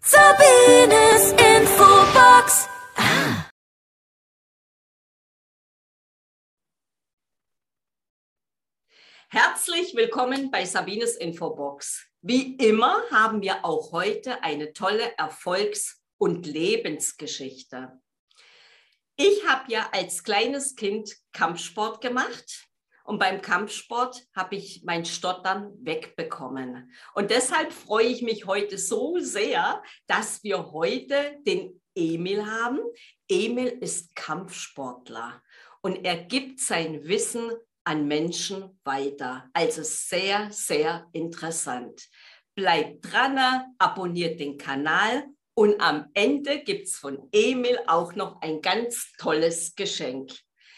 Sabines Infobox. Herzlich willkommen bei Sabines Infobox. Wie immer haben wir auch heute eine tolle Erfolgs- und Lebensgeschichte. Ich habe ja als kleines Kind Kampfsport gemacht und beim Kampfsport habe ich mein Stottern wegbekommen. Und deshalb freue ich mich heute so sehr, dass wir heute den Emil haben. Emil ist Kampfsportler und er gibt sein Wissen an Menschen weiter. Also sehr, sehr interessant. Bleibt dran, abonniert den Kanal und am Ende gibt es von Emil auch noch ein ganz tolles Geschenk.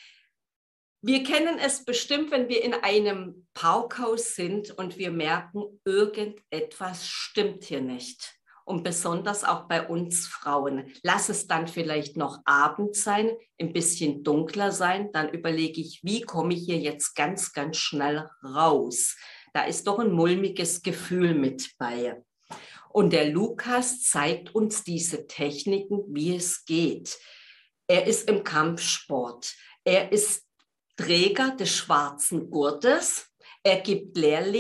Wir kennen es bestimmt, wenn wir in einem Parkhaus sind und wir merken, irgendetwas stimmt hier nicht. Und besonders auch bei uns Frauen. Lass es dann vielleicht noch Abend sein, ein bisschen dunkler sein. Dann überlege ich, wie komme ich hier jetzt ganz, ganz schnell raus? Da ist doch ein mulmiges Gefühl mit bei. Und der Lukas zeigt uns diese Techniken, wie es geht. Er ist im Kampfsport. Er ist Träger des schwarzen Gurtes. Er gibt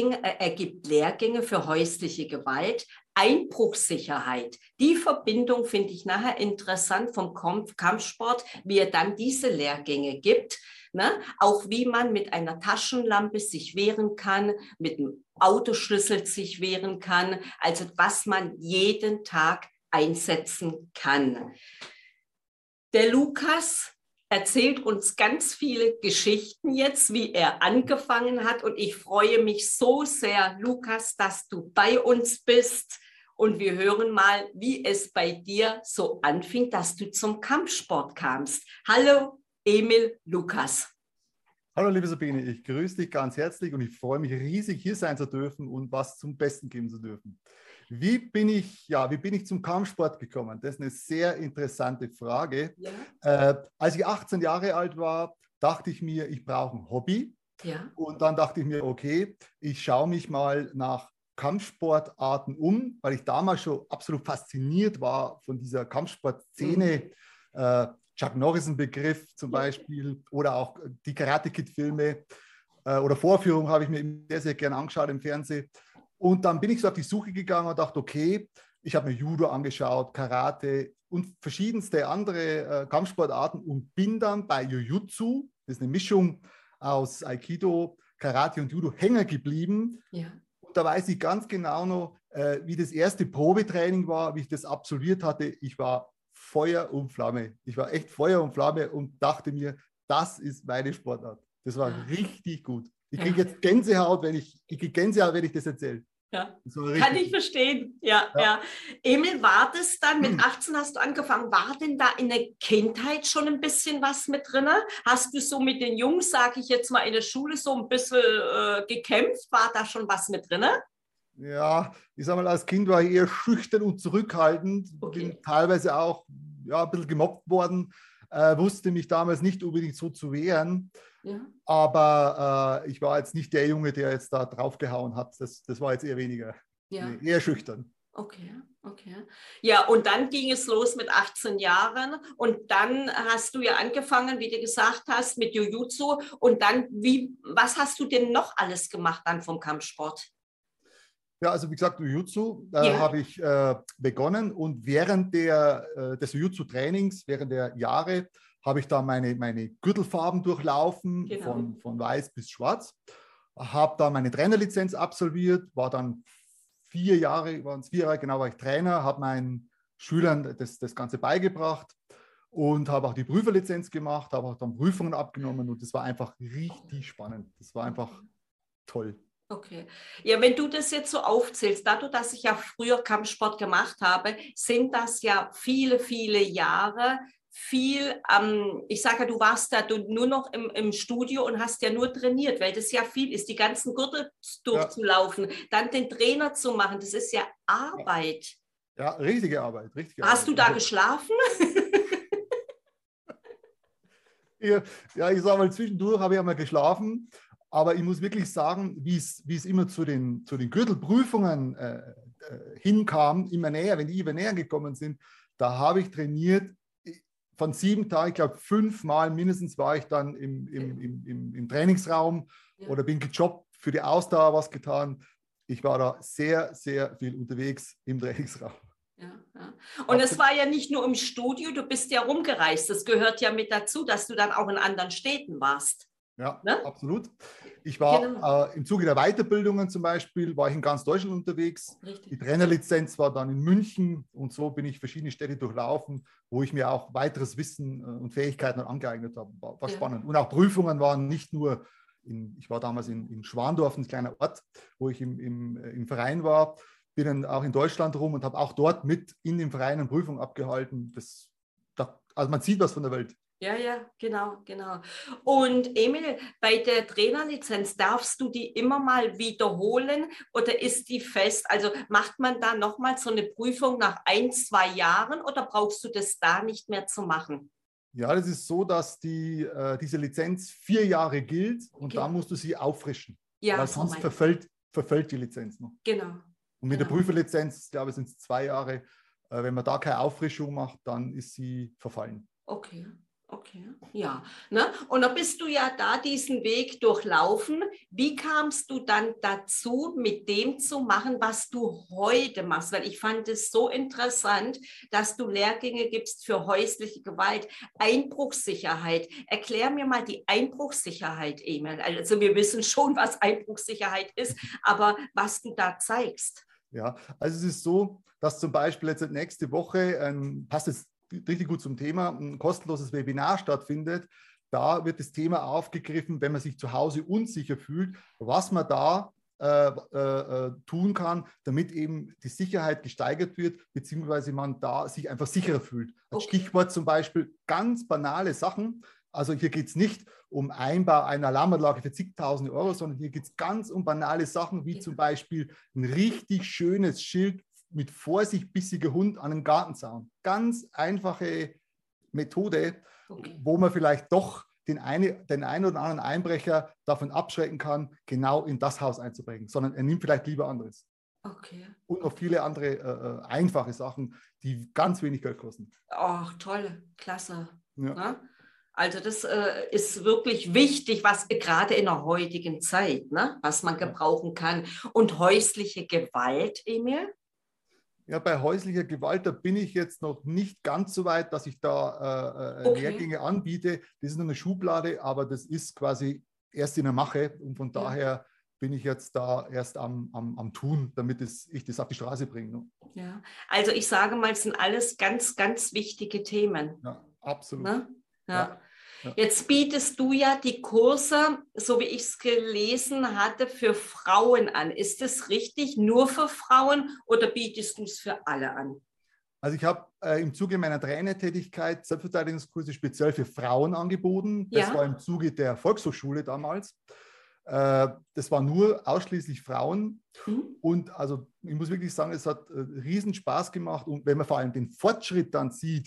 Lehrgänge für häusliche Gewalt, Einbruchssicherheit. Die Verbindung finde ich nachher interessant vom Kampfsport, wie er dann diese Lehrgänge gibt. Ne? Auch wie man mit einer Taschenlampe sich wehren kann, mit einem Autoschlüssel sich wehren kann. Also was man jeden Tag einsetzen kann. Der Lukas erzählt uns ganz viele Geschichten jetzt, wie er angefangen hat. Und ich freue mich so sehr, Lukas, dass du bei uns bist. Und wir hören mal, wie es bei dir so anfing, dass du zum Kampfsport kamst. Hallo, Emil, Lukas. Hallo, liebe Sabine, ich grüße dich ganz herzlich und ich freue mich riesig, hier sein zu dürfen und was zum Besten geben zu dürfen. Wie bin ich zum Kampfsport gekommen? Das ist eine sehr interessante Frage. Ja. Als ich 18 Jahre alt war, dachte ich mir, ich brauche ein Hobby. Ja. Und dann dachte ich mir, okay, ich schaue mich mal nach Kampfsportarten um, weil ich damals schon absolut fasziniert war von dieser Kampfsportszene. Chuck Norris ein Begriff zum Beispiel oder auch die Karate-Kid-Filme oder Vorführungen habe ich mir sehr, sehr gerne angeschaut im Fernsehen. Und dann bin ich so auf die Suche gegangen und dachte, okay, ich habe mir Judo angeschaut, Karate und verschiedenste andere Kampfsportarten und bin dann bei Jiu-Jitsu, das ist eine Mischung aus Aikido, Karate und Judo, hängen geblieben. Ja. Und da weiß ich ganz genau noch, wie das erste Probetraining war, wie ich das absolviert hatte. Ich war Feuer und Flamme. Ich war echt Feuer und Flamme und dachte mir, das ist meine Sportart. Das war richtig gut. Ich kriege jetzt Gänsehaut, wenn ich das erzähle. Ja, kann ich verstehen. Ja. Emil, war das dann, mit 18 hast du angefangen, war denn da in der Kindheit schon ein bisschen was mit drin? Hast du so mit den Jungs, sage ich jetzt mal, in der Schule so ein bisschen gekämpft? War da schon was mit drin? Ja, ich sage mal, als Kind war ich eher schüchtern und zurückhaltend, bin teilweise auch ein bisschen gemobbt worden, wusste mich damals nicht unbedingt so zu wehren, aber ich war jetzt nicht der Junge, der jetzt da draufgehauen hat, das war jetzt eher weniger, eher schüchtern. Okay. Ja, und dann ging es los mit 18 Jahren und dann hast du ja angefangen, wie du gesagt hast, mit Jiu-Jitsu und dann, was hast du denn noch alles gemacht dann vom Kampfsport? Ja, also wie gesagt, Jiu-Jitsu habe ich begonnen und während des Jiu-Jitsu-Trainings, während der Jahre, habe ich da meine Gürtelfarben durchlaufen, von weiß bis schwarz. Habe da meine Trainerlizenz absolviert, war dann 4 Jahre, genau, war ich Trainer, habe meinen Schülern das Ganze beigebracht und habe auch die Prüferlizenz gemacht, habe auch dann Prüfungen abgenommen und das war einfach richtig spannend. Das war einfach toll. Okay. Ja, wenn du das jetzt so aufzählst, dadurch, dass ich ja früher Kampfsport gemacht habe, sind das ja viele, viele Jahre, ich sage ja, du warst da nur noch im Studio und hast ja nur trainiert, weil das ja viel ist, die ganzen Gürtel durchzulaufen, dann den Trainer zu machen, das ist ja Arbeit. Ja, richtige Arbeit. Hast du da geschlafen? Ja, ich sage mal, zwischendurch habe ich einmal geschlafen. Aber ich muss wirklich sagen, wie es immer zu den Gürtelprüfungen hinkamen, immer näher, wenn die immer näher gekommen sind, da habe ich trainiert. Von 7 Tagen, ich glaube 5 Mal mindestens war ich dann im Trainingsraum oder bin gejobbt, für die Ausdauer was getan. Ich war da sehr, sehr viel unterwegs im Trainingsraum. Ja, ja. Und es war ja nicht nur im Studio, du bist ja rumgereist. Das gehört ja mit dazu, dass du dann auch in anderen Städten warst. Ja, ne? Absolut. Ich war im Zuge der Weiterbildungen zum Beispiel, war ich in ganz Deutschland unterwegs. Richtig. Die Trainerlizenz war dann in München und so bin ich verschiedene Städte durchlaufen, wo ich mir auch weiteres Wissen und Fähigkeiten angeeignet habe. War spannend. Und auch Prüfungen waren nicht nur, ich war damals in Schwandorf, ein kleiner Ort, wo ich im Verein war, bin dann auch in Deutschland rum und habe auch dort mit in dem Verein eine Prüfung abgehalten. Also man sieht was von der Welt. Ja, ja, genau. Und Emil, bei der Trainerlizenz, darfst du die immer mal wiederholen oder ist die fest? Also macht man da nochmal so eine Prüfung nach 1, 2 Jahren oder brauchst du das da nicht mehr zu machen? Ja, das ist so, dass diese Lizenz 4 Jahre gilt und da musst du sie auffrischen. Ja, weil sonst verfällt die Lizenz noch. Genau. Und mit der Prüferlizenz, ich glaube, sind es 2 Jahre. Wenn man da keine Auffrischung macht, dann ist sie verfallen. Okay, ja. Ne? Und da bist du ja da diesen Weg durchlaufen. Wie kamst du dann dazu, mit dem zu machen, was du heute machst? Weil ich fand es so interessant, dass du Lehrgänge gibst für häusliche Gewalt, Einbruchssicherheit. Erklär mir mal die Einbruchssicherheit, Emil. Also wir wissen schon, was Einbruchssicherheit ist, aber was du da zeigst. Ja, also es ist so, dass zum Beispiel jetzt nächste Woche, passt es richtig gut zum Thema, ein kostenloses Webinar stattfindet. Da wird das Thema aufgegriffen, wenn man sich zu Hause unsicher fühlt, was man da tun kann, damit eben die Sicherheit gesteigert wird, beziehungsweise man da sich einfach sicherer fühlt. Als Stichwort zum Beispiel ganz banale Sachen. Also hier geht es nicht um Einbau einer Alarmanlage für zigtausende Euro, sondern hier geht es ganz um banale Sachen, wie zum Beispiel ein richtig schönes Schild mit Vorsicht bissiger Hund an einem Gartenzaun. Ganz einfache Methode, wo man vielleicht doch den einen oder anderen Einbrecher davon abschrecken kann, genau in das Haus einzubrechen, sondern er nimmt vielleicht lieber anderes. Und noch viele andere einfache Sachen, die ganz wenig Geld kosten. Ach, toll, klasse. Ja. Ne? Also das ist wirklich wichtig, was gerade in der heutigen Zeit, ne, was man gebrauchen kann. Und häusliche Gewalt, Emil? Ja, bei häuslicher Gewalt, da bin ich jetzt noch nicht ganz so weit, dass ich da Lehrgänge anbiete. Das ist nur eine Schublade, aber das ist quasi erst in der Mache. Und von daher bin ich jetzt da erst am Tun, damit ich das auf die Straße bringe. Ne? Ja, also ich sage mal, es sind alles ganz, ganz wichtige Themen. Ja, absolut. Ne? Ja. Jetzt bietest du ja die Kurse, so wie ich es gelesen hatte, für Frauen an. Ist das richtig, nur für Frauen oder bietest du es für alle an? Also ich habe im Zuge meiner Trainertätigkeit Selbstverteidigungskurse speziell für Frauen angeboten. Das war im Zuge der Volkshochschule damals. Das war nur ausschließlich Frauen. Und also ich muss wirklich sagen, es hat riesen Spaß gemacht. Und wenn man vor allem den Fortschritt dann sieht,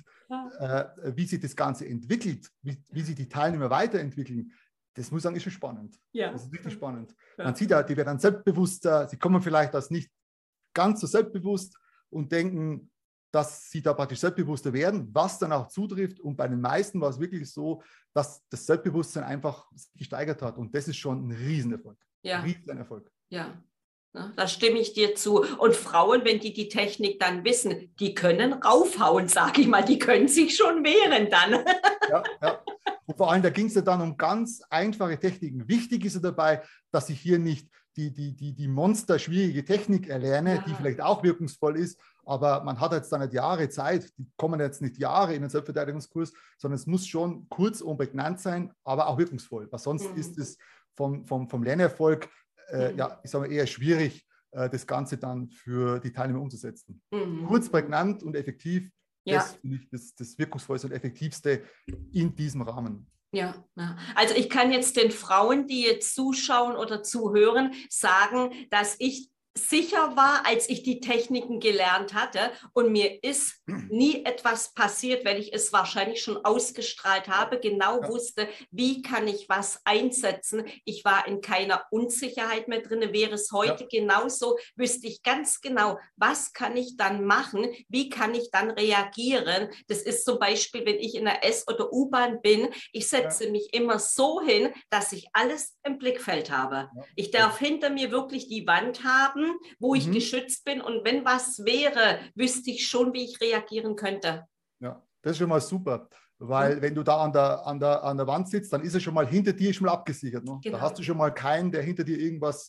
wie sich das Ganze entwickelt, wie sich die Teilnehmer weiterentwickeln, das muss ich sagen, ist schon spannend. Ja. Das ist wirklich spannend. Ja. Man sieht ja, die werden dann selbstbewusster, sie kommen vielleicht als nicht ganz so selbstbewusst und denken, dass sie da praktisch selbstbewusster werden, was dann auch zutrifft. Und bei den meisten war es wirklich so, dass das Selbstbewusstsein einfach gesteigert hat. Und das ist schon ein Riesenerfolg. Ja. Ein Riesenerfolg. Ja. Da stimme ich dir zu. Und Frauen, wenn die Technik dann wissen, die können raufhauen, sage ich mal, die können sich schon wehren dann. Ja. Und vor allem, da ging es ja dann um ganz einfache Techniken. Wichtig ist ja dabei, dass ich hier nicht die monsterschwierige Technik erlerne, die vielleicht auch wirkungsvoll ist, aber man hat jetzt dann nicht Jahre Zeit, die kommen jetzt nicht Jahre in den Selbstverteidigungskurs, sondern es muss schon kurz und prägnant sein, aber auch wirkungsvoll, weil sonst ist es vom Lernerfolg ich sage mal, eher schwierig, das Ganze dann für die Teilnehmer umzusetzen. Kurz, prägnant und effektiv, das finde ich das wirkungsvollste und effektivste in diesem Rahmen. Ja, also ich kann jetzt den Frauen, die jetzt zuschauen oder zuhören, sagen, dass ich sicher war, als ich die Techniken gelernt hatte. Und mir ist nie etwas passiert, weil ich es wahrscheinlich schon ausgestrahlt habe, genau wusste, wie kann ich was einsetzen. Ich war in keiner Unsicherheit mehr drin. Wäre es heute genauso, wüsste ich ganz genau, was kann ich dann machen, wie kann ich dann reagieren. Das ist zum Beispiel, wenn ich in der S- oder U-Bahn bin, ich setze mich immer so hin, dass ich alles im Blickfeld habe. Ich darf hinter mir wirklich die Wand haben, wo ich geschützt bin. Und wenn was wäre, wüsste ich schon, wie ich reagieren könnte. Ja, das ist schon mal super. Weil wenn du da an der Wand sitzt, dann ist es schon mal hinter dir schon mal abgesichert. Ne? Genau. Da hast du schon mal keinen, der hinter dir irgendwas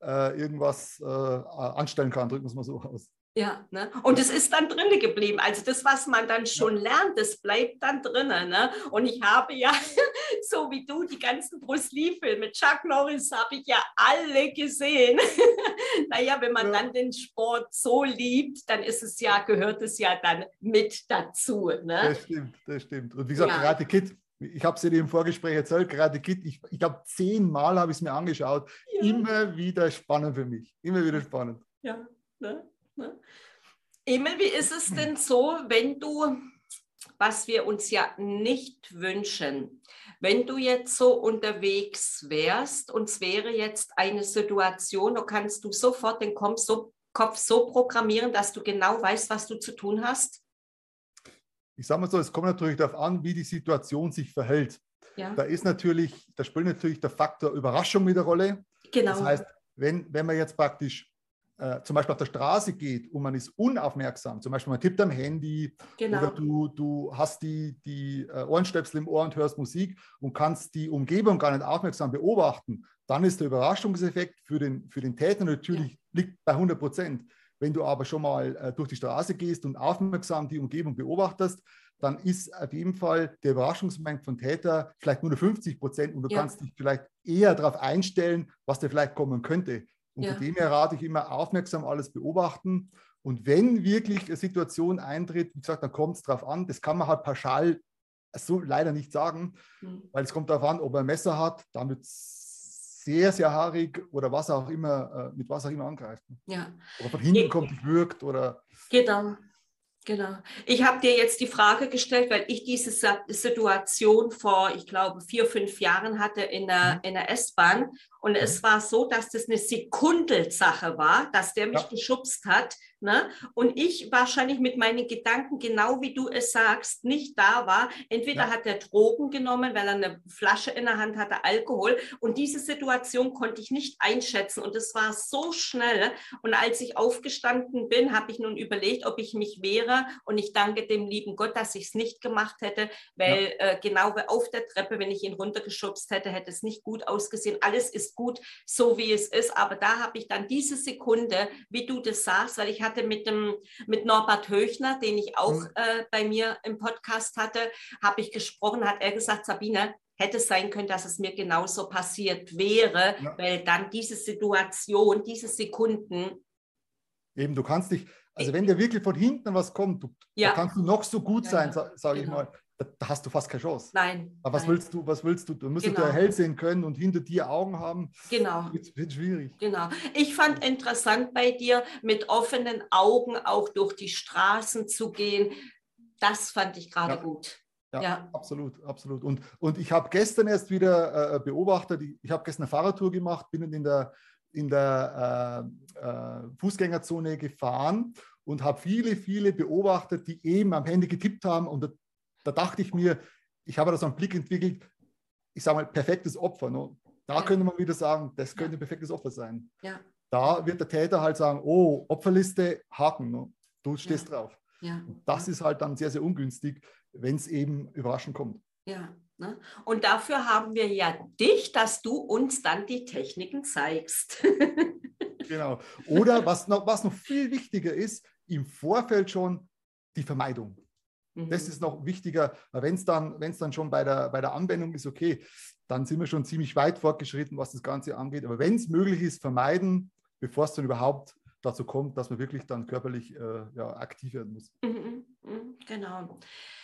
anstellen kann, drücken wir es mal so aus. Ja, ne? Und es ist dann drinnen geblieben. Also das, was man dann schon lernt, das bleibt dann drinnen. Ne? Und ich habe ja, so wie du, die ganzen Bruce Lee-Filme, Chuck Norris habe ich ja alle gesehen. Naja, wenn man dann den Sport so liebt, dann ist es ja, gehört es ja dann mit dazu. Ne? Das stimmt, das stimmt. Und wie gesagt, Karate Kid, ich habe es dir im Vorgespräch erzählt, Karate Kid, ich glaube 10-mal habe ich es mir angeschaut. Immer wieder spannend für mich. Immer wieder spannend. Ja, ne? Emil, wie ist es denn so, wenn du, was wir uns ja nicht wünschen, wenn du jetzt so unterwegs wärst und es wäre jetzt eine Situation, da kannst du sofort den Kopf so programmieren, dass du genau weißt, was du zu tun hast? Ich sage mal so, es kommt natürlich darauf an, wie die Situation sich verhält. Ja. Da spielt natürlich der Faktor Überraschung mit der Rolle. Genau. Das heißt, wenn man jetzt praktisch zum Beispiel auf der Straße geht und man ist unaufmerksam, zum Beispiel man tippt am Handy oder du hast die Ohrenstöpsel im Ohr und hörst Musik und kannst die Umgebung gar nicht aufmerksam beobachten, dann ist der Überraschungseffekt für den Täter natürlich liegt bei 100%. Wenn du aber schon mal durch die Straße gehst und aufmerksam die Umgebung beobachtest, dann ist auf jeden Fall der Überraschungsmoment von Täter vielleicht nur 50% und du kannst dich vielleicht eher darauf einstellen, was dir vielleicht kommen könnte. Und von dem her rate ich immer, aufmerksam alles beobachten. Und wenn wirklich eine Situation eintritt, wie gesagt, dann kommt es darauf an. Das kann man halt pauschal so leider nicht sagen, weil es kommt darauf an, ob er ein Messer hat, damit sehr, sehr haarig oder was auch immer, mit was auch immer angreift. Ja. Oder von hinten kommt, dich würgt oder... Genau. Ich habe dir jetzt die Frage gestellt, weil ich diese Situation vor, ich glaube, 4, 5 Jahren hatte in der S-Bahn. Und es war so, dass das eine Sekundelsache war, dass der mich geschubst hat. Ne? Und ich wahrscheinlich mit meinen Gedanken, genau wie du es sagst, nicht da war. Entweder hat er Drogen genommen, weil er eine Flasche in der Hand hatte, Alkohol. Und diese Situation konnte ich nicht einschätzen. Und es war so schnell. Und als ich aufgestanden bin, habe ich nun überlegt, ob ich mich wehre. Und ich danke dem lieben Gott, dass ich es nicht gemacht hätte, weil genau auf der Treppe, wenn ich ihn runtergeschubst hätte, hätte es nicht gut ausgesehen. Alles ist gut, so wie es ist. Aber da habe ich dann diese Sekunde, wie du das sagst, weil ich hatte mit Norbert Höchner, den ich auch bei mir im Podcast hatte, habe ich gesprochen, hat er gesagt, Sabine, hätte es sein können, dass es mir genauso passiert wäre, weil dann diese Situation, diese Sekunden... Eben, du kannst dich, also wenn dir wirklich von hinten was kommt, da kannst du noch so gut sein, sage ich mal, da hast du fast keine Chance. Nein. Aber was willst du? Du musst ja hell sehen können und hinter dir Augen haben. Genau. Wird schwierig. Genau. Ich fand interessant bei dir, mit offenen Augen auch durch die Straßen zu gehen. Das fand ich gerade gut. Ja, absolut, absolut. Und ich habe gestern erst wieder beobachtet, ich habe gestern eine Fahrradtour gemacht, bin in der Fußgängerzone gefahren und habe viele beobachtet, die eben am Handy getippt haben. Und da dachte ich mir, ich habe da so einen Blick entwickelt, ich sage mal, perfektes Opfer. Ne? Da könnte man wieder sagen, das könnte ein perfektes Opfer sein. Ja. Da wird der Täter halt sagen, oh, Opferliste, Haken, ne? Du stehst drauf. Ja. Und das ist halt dann sehr, sehr ungünstig, wenn es eben überraschend kommt. Ja. Ne? Und dafür haben wir ja dich, dass du uns dann die Techniken zeigst. Genau. Oder was noch viel wichtiger ist, im Vorfeld schon die Vermeidung. Das ist noch wichtiger, weil wenn es dann schon bei der Anwendung ist, okay, dann sind wir schon ziemlich weit fortgeschritten, was das Ganze angeht. Aber wenn es möglich ist, vermeiden, bevor es dann überhaupt dazu kommt, dass man wirklich dann körperlich aktiv werden muss. Genau.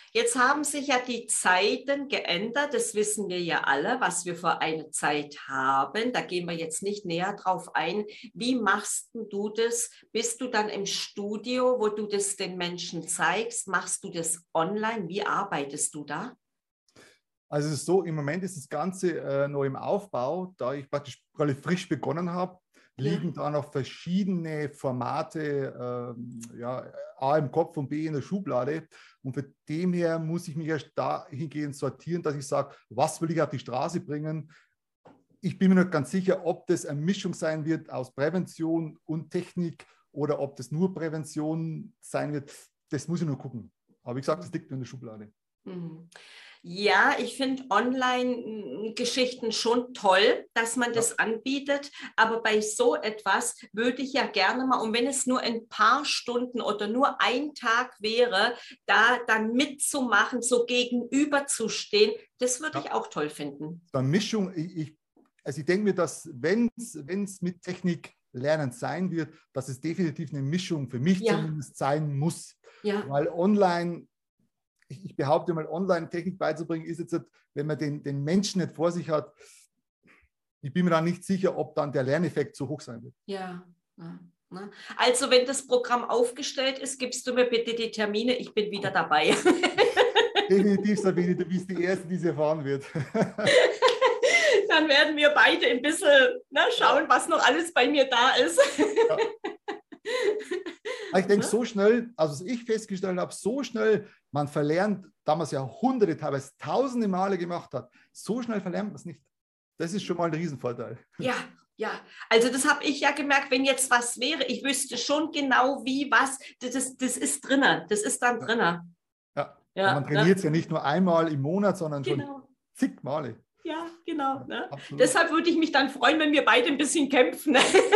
Jetzt haben sich ja die Zeiten geändert, das wissen wir ja alle, was wir für eine Zeit haben. Da gehen wir jetzt nicht näher drauf ein. Wie machst du das? Bist du dann im Studio, wo du das den Menschen zeigst? Machst du das online? Wie arbeitest du da? Also es ist so, im Moment ist das Ganze noch im Aufbau, da ich praktisch relativ frisch begonnen habe, liegen da noch verschiedene Formate, ja, A im Kopf und B in der Schublade. Und von dem her muss ich mich erst dahingehend sortieren, dass ich sage, was will ich auf die Straße bringen? Ich bin mir nicht ganz sicher, ob das eine Mischung sein wird aus Prävention und Technik oder ob das nur Prävention sein wird. Das muss ich nur gucken. Aber wie gesagt, das liegt nur in der Schublade. Mhm. Ja, ich finde Online-Geschichten schon toll, dass man das anbietet. Aber bei so etwas würde ich ja gerne mal, und wenn es nur ein paar Stunden oder nur ein Tag wäre, da dann mitzumachen, so gegenüberzustehen, das würde ich auch toll finden. Eine Mischung, also ich denke mir, dass wenn es mit Technik lernen sein wird, dass es definitiv eine Mischung für mich zumindest sein muss. Ja. Weil online, ich behaupte mal, Online-Technik beizubringen, ist jetzt, wenn man den Menschen nicht vor sich hat, ich bin mir da nicht sicher, ob dann der Lerneffekt so hoch sein wird. Ja. Also wenn das Programm aufgestellt ist, gibst du mir bitte die Termine, ich bin wieder dabei. Definitiv, Sabine, du bist die Erste, die es erfahren wird. Dann werden wir beide ein bisschen schauen, was noch alles bei mir da ist. Ja. Ich denke, so schnell, also was ich festgestellt habe, so schnell, man verlernt, damals ja hunderte, teilweise tausende Male gemacht hat, so schnell verlernt man es nicht. Das ist schon mal ein Riesenvorteil. Ja, also das habe ich ja gemerkt, wenn jetzt was wäre, ich wüsste schon genau wie, was, das ist drinnen, das ist dann drinnen. Ja. Man trainiert es ja nicht nur einmal im Monat, sondern schon zig Male. Ja, genau. Deshalb würde ich mich dann freuen, wenn wir beide ein bisschen kämpfen.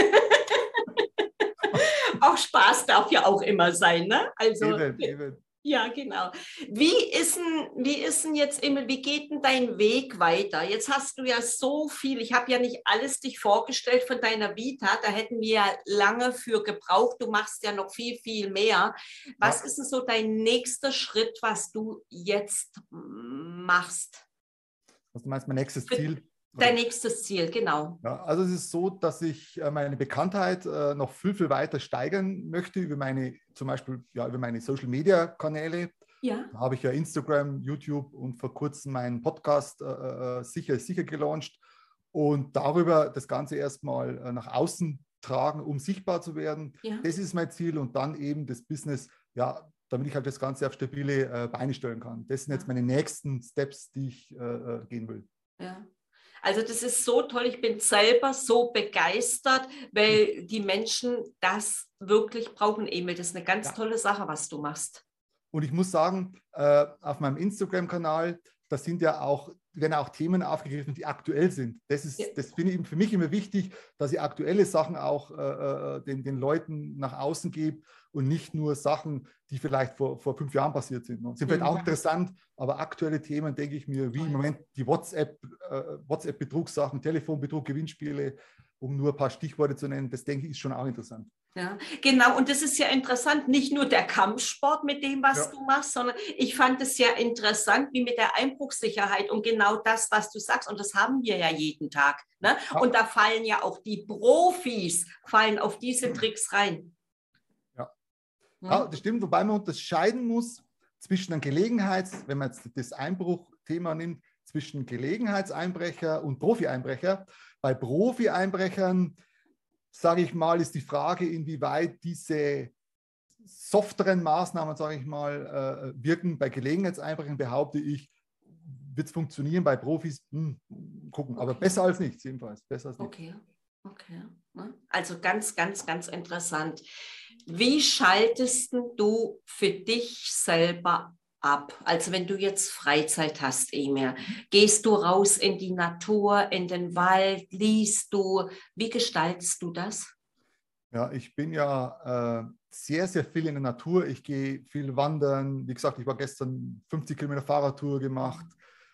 Auch Spaß darf ja auch immer sein, ne? Also, eben. Ja, genau. Wie ist denn jetzt, Emil, wie geht denn dein Weg weiter? Jetzt hast du ja so viel, ich habe ja nicht alles dich vorgestellt von deiner Vita, da hätten wir ja lange für gebraucht. Du machst ja noch viel, viel mehr. Was ist denn so dein nächster Schritt, was du jetzt machst? Was du meinst, mein nächstes Ziel? Dein nächstes Ziel, genau. Ja, also es ist so, dass ich meine Bekanntheit noch viel, viel weiter steigern möchte über meine, zum Beispiel über meine Social-Media-Kanäle. Ja. Da habe ich ja Instagram, YouTube und vor kurzem meinen Podcast sicher gelauncht und darüber das Ganze erstmal nach außen tragen, um sichtbar zu werden. Ja. Das ist mein Ziel und dann eben das Business, damit ich halt das Ganze auf stabile Beine stellen kann. Das sind jetzt meine nächsten Steps, die ich gehen will. Ja. Also das ist so toll, ich bin selber so begeistert, weil die Menschen das wirklich brauchen, Emil. Das ist eine ganz tolle Sache, was du machst. Und ich muss sagen, auf meinem Instagram-Kanal, werden auch Themen aufgegriffen, die aktuell sind. Das finde ich für mich immer wichtig, dass ich aktuelle Sachen auch den Leuten nach außen gebe und nicht nur Sachen, die vielleicht vor 5 Jahren passiert sind. Sind vielleicht auch interessant, aber aktuelle Themen, denke ich mir, wie im Moment die WhatsApp-Betrugssachen, Telefonbetrug, Gewinnspiele, um nur ein paar Stichworte zu nennen, das denke ich, ist schon auch interessant. Ja, genau. Und das ist ja interessant, nicht nur der Kampfsport mit dem, was du machst, sondern ich fand es ja interessant, wie mit der Einbruchssicherheit und genau das, was du sagst. Und das haben wir ja jeden Tag. Ne? Ja. Und da fallen ja auch die Profis, fallen auf diese Tricks rein. Ja, das stimmt, wobei man unterscheiden muss zwischen einem wenn man jetzt das Einbruchthema nimmt, zwischen Gelegenheitseinbrecher und Profi-Einbrecher. Bei Profi-Einbrechern, sage ich mal, ist die Frage, inwieweit diese softeren Maßnahmen, sage ich mal, wirken. Bei Gelegenheitseinbrechern behaupte ich, wird es funktionieren. Bei Profis, gucken. Aber besser als nichts, jedenfalls. Besser als nichts. Okay. Also ganz, ganz, ganz interessant. Wie schaltest du für dich selber ab? Also wenn du jetzt Freizeit hast, Emil, gehst du raus in die Natur, in den Wald, liest du? Wie gestaltest du das? Ja, ich bin ja sehr, sehr viel in der Natur. Ich gehe viel wandern. Wie gesagt, ich war gestern 50 Kilometer Fahrradtour gemacht.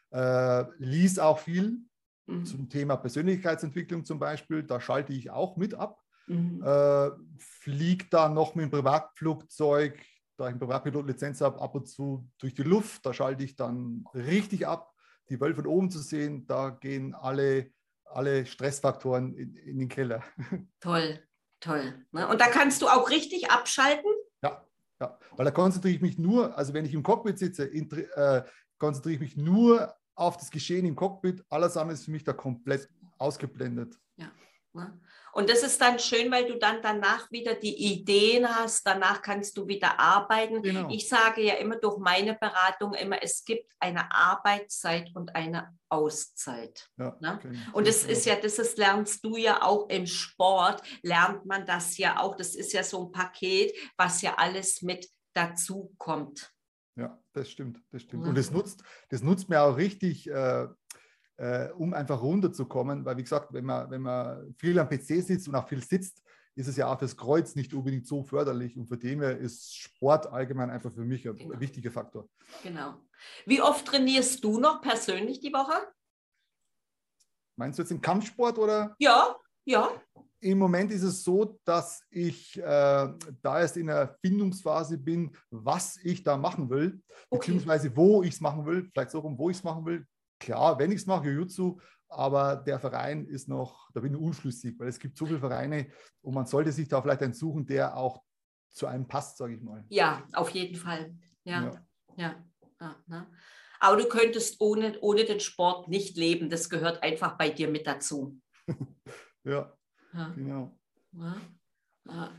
Lies auch viel zum Thema Persönlichkeitsentwicklung zum Beispiel. Da schalte ich auch mit ab. Fliege da noch mit dem Privatflugzeug da ich eine Privatpilot-Lizenz habe, ab und zu durch die Luft. Da schalte ich dann richtig ab, die Welt von oben zu sehen. Da gehen alle Stressfaktoren in den Keller. Toll, toll. Ne? Und da kannst du auch richtig abschalten? Ja, ja, weil da konzentriere ich mich nur, also wenn ich im Cockpit sitze, konzentriere ich mich nur auf das Geschehen im Cockpit. Alles andere ist für mich da komplett ausgeblendet. Ja. Ne? Und das ist dann schön, weil du dann danach wieder die Ideen hast, danach kannst du wieder arbeiten. Genau. Ich sage ja immer durch meine Beratung immer, es gibt eine Arbeitszeit und eine Auszeit. Ja, Ne? okay. Und das ist ja, lernst du ja auch im Sport, lernt man das ja auch. Das ist ja so ein Paket, was ja alles mit dazu kommt. Ja, das stimmt, das stimmt. Ja. Und das nutzt mir auch richtig, um einfach runterzukommen, weil wie gesagt, wenn man viel am PC sitzt und auch viel sitzt, ist es ja auch fürs Kreuz nicht unbedingt so förderlich und von dem her ist Sport allgemein einfach für mich ein wichtiger Faktor. Genau. Wie oft trainierst du noch persönlich die Woche? Meinst du jetzt im Kampfsport oder? Ja, ja. Im Moment ist es so, dass ich da erst in der Findungsphase bin, was ich da machen will, beziehungsweise wo ich es machen will, vielleicht so rum, wo ich es machen will. Klar, wenn ich es mache, Jiu-Jitsu, aber der Verein ist noch, da bin ich unschlüssig, weil es gibt so viele Vereine und man sollte sich da vielleicht einen suchen, der auch zu einem passt, sage ich mal. Ja, auf jeden Fall. Ja. Ja. Ne? Aber du könntest ohne den Sport nicht leben. Das gehört einfach bei dir mit dazu. Ja, Ja. genau. Ja.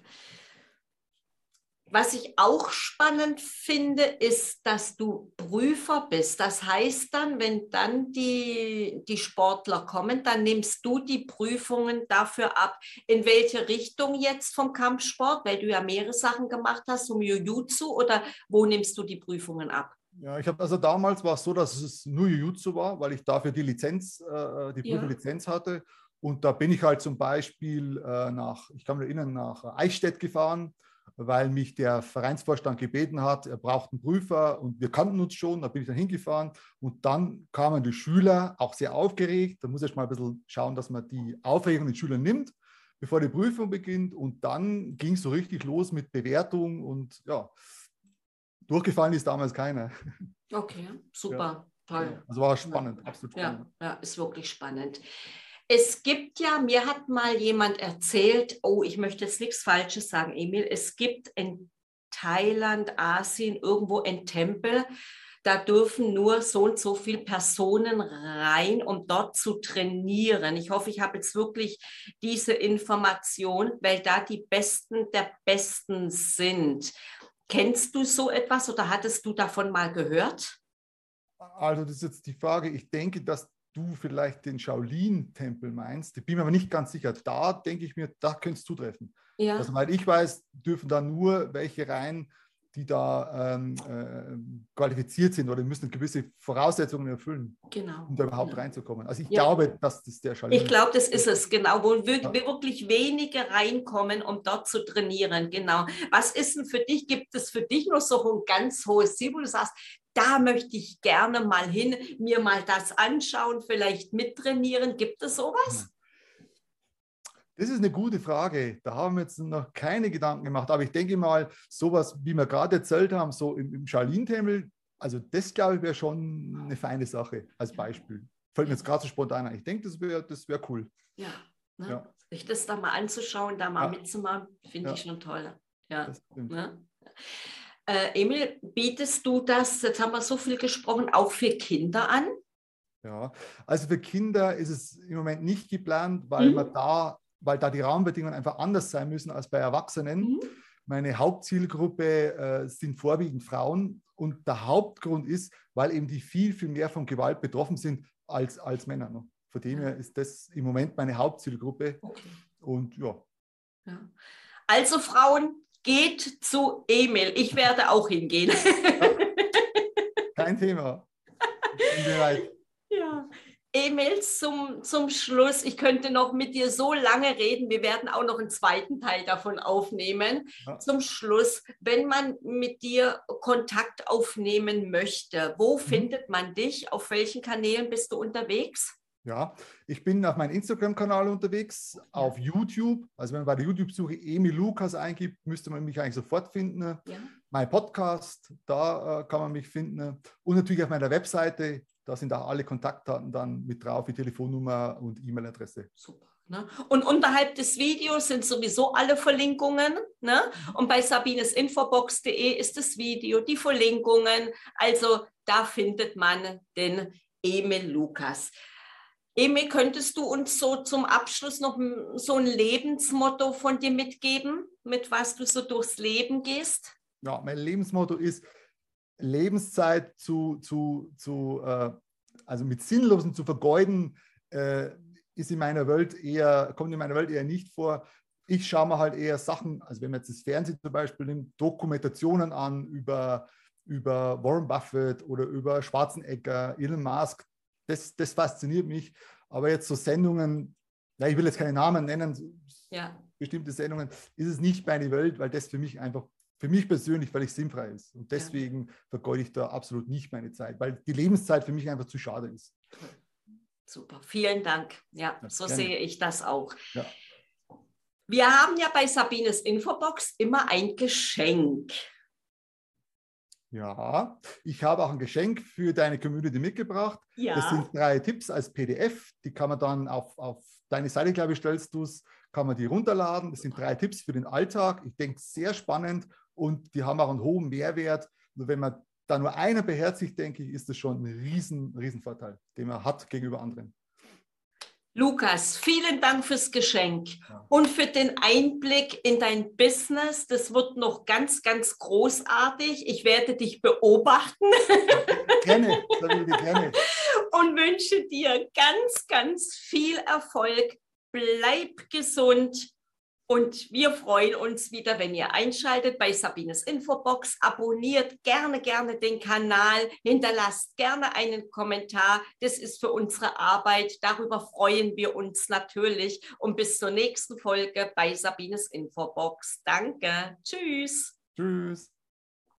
Was ich auch spannend finde, ist, dass du Prüfer bist. Das heißt dann, wenn dann die Sportler kommen, dann nimmst du die Prüfungen dafür ab, in welche Richtung jetzt vom Kampfsport, weil du ja mehrere Sachen gemacht hast, zum Jiu-Jitsu, oder wo nimmst du die Prüfungen ab? Ja, also damals war es so, dass es nur Jiu-Jitsu war, weil ich dafür die Lizenz, die Prüferlizenz hatte. Und da bin ich halt zum Beispiel ich kann mich erinnern, nach Eichstätt gefahren, weil mich der Vereinsvorstand gebeten hat, er braucht einen Prüfer und wir kannten uns schon, da bin ich dann hingefahren und dann kamen die Schüler, auch sehr aufgeregt, da muss ich mal ein bisschen schauen, dass man die Aufregung den Schülern nimmt, bevor die Prüfung beginnt und dann ging es so richtig los mit Bewertung und ja, durchgefallen ist damals keiner. Okay, super, toll. Also war spannend, absolut spannend. Ja, ist wirklich spannend. Es gibt ja, mir hat mal jemand erzählt, oh, ich möchte jetzt nichts Falsches sagen, Emil, es gibt in Thailand, Asien irgendwo einen Tempel, da dürfen nur so und so viele Personen rein, um dort zu trainieren. Ich hoffe, ich habe jetzt wirklich diese Information, weil da die Besten der Besten sind. Kennst du so etwas oder hattest du davon mal gehört? Also das ist jetzt die Frage, ich denke, dass du vielleicht den Shaolin-Tempel meinst. Ich bin mir aber nicht ganz sicher. Da denke ich mir, da könnte es zutreffen. Ja. Also, weil ich weiß, dürfen da nur welche rein, die da qualifiziert sind oder müssen gewisse Voraussetzungen erfüllen, Genau. um da überhaupt reinzukommen. Also ich glaube, dass das der Shaolin ist. Ich glaube, das ist es, genau, wo wirklich wenige reinkommen, um dort zu trainieren. Genau. Was ist denn für dich, gibt es für dich noch so ein ganz hohes Ziel, wo du sagst, da möchte ich gerne mal hin, mir mal das anschauen, vielleicht mittrainieren. Gibt es sowas? Das ist eine gute Frage. Da haben wir jetzt noch keine Gedanken gemacht. Aber ich denke mal, sowas, wie wir gerade erzählt haben, so im Shaolin-Tempel, also das, glaube ich, wäre schon eine feine Sache als Beispiel. Fällt mir jetzt gerade so spontan ein. Ich denke, das wär cool. Ja, ne? Sich das da mal anzuschauen, da mal mitzumachen, finde ich schon toll. Ja. Ne? Emil, bietest du das, jetzt haben wir so viel gesprochen, auch für Kinder an? Ja, also für Kinder ist es im Moment nicht geplant, weil da die Rahmenbedingungen einfach anders sein müssen als bei Erwachsenen. Meine Hauptzielgruppe sind vorwiegend Frauen und der Hauptgrund ist, weil eben die viel, viel mehr von Gewalt betroffen sind als Männer. Ne? Von dem her ist das im Moment meine Hauptzielgruppe. Okay. Und ja. Also Frauen, geht zu Emil. Ich werde auch hingehen. Kein Thema. Ich bin bereit. Ja. Emil, zum Schluss, ich könnte noch mit dir so lange reden, wir werden auch noch einen zweiten Teil davon aufnehmen. Ja. Zum Schluss, wenn man mit dir Kontakt aufnehmen möchte, wo findet man dich? Auf welchen Kanälen bist du unterwegs? Ja, ich bin auf meinem Instagram-Kanal unterwegs, auf YouTube. Also wenn man bei der YouTube-Suche Emil Lukas eingibt, müsste man mich eigentlich sofort finden. Ja. mein Podcast, da kann man mich finden. Und natürlich auf meiner Webseite, da sind auch alle Kontaktdaten dann mit drauf, wie Telefonnummer und E-Mail-Adresse. Super. Ne? Und unterhalb des Videos sind sowieso alle Verlinkungen. Ne? Und bei sabinesinfobox.de ist das Video, die Verlinkungen. Also da findet man den Emil Lukas. Emil, könntest du uns so zum Abschluss noch so ein Lebensmotto von dir mitgeben, mit was du so durchs Leben gehst? Ja, mein Lebensmotto ist, Lebenszeit also mit Sinnlosen zu vergeuden, kommt in meiner Welt eher nicht vor. Ich schaue mir halt eher Sachen, also wenn man jetzt das Fernsehen zum Beispiel nimmt, Dokumentationen an über Warren Buffett oder über Schwarzenegger, Elon Musk. Das fasziniert mich. Aber jetzt so Sendungen, ja, ich will jetzt keine Namen nennen, ja. Bestimmte Sendungen, ist es nicht meine Welt, weil das für mich persönlich, weil ich sinnfrei ist. Und deswegen vergeude ich da absolut nicht meine Zeit, weil die Lebenszeit für mich einfach zu schade ist. Super, vielen Dank. Ja, so gerne. sehe ich das auch. Ja. Wir haben ja bei Sabines Infobox immer ein Geschenk. Ja, ich habe auch ein Geschenk für deine Community mitgebracht. Ja. Das sind 3 Tipps als PDF. Die kann man dann auf deine Seite, glaube ich, stellst du es, kann man die runterladen. Das sind 3 Tipps für den Alltag. Ich denke, sehr spannend und die haben auch einen hohen Mehrwert. Nur wenn man da nur einer beherzigt, denke ich, ist das schon ein riesen Vorteil, den man hat gegenüber anderen. Lukas, vielen Dank fürs Geschenk und für den Einblick in dein Business. Das wird noch ganz großartig. Ich werde dich beobachten. Gerne, gerne. Und wünsche dir ganz viel Erfolg. Bleib gesund. Und wir freuen uns wieder, wenn ihr einschaltet bei Sabines Infobox. Abonniert gerne den Kanal, hinterlasst gerne einen Kommentar. Das ist für unsere Arbeit. Darüber freuen wir uns natürlich. Und bis zur nächsten Folge bei Sabines Infobox. Danke. Tschüss. Tschüss.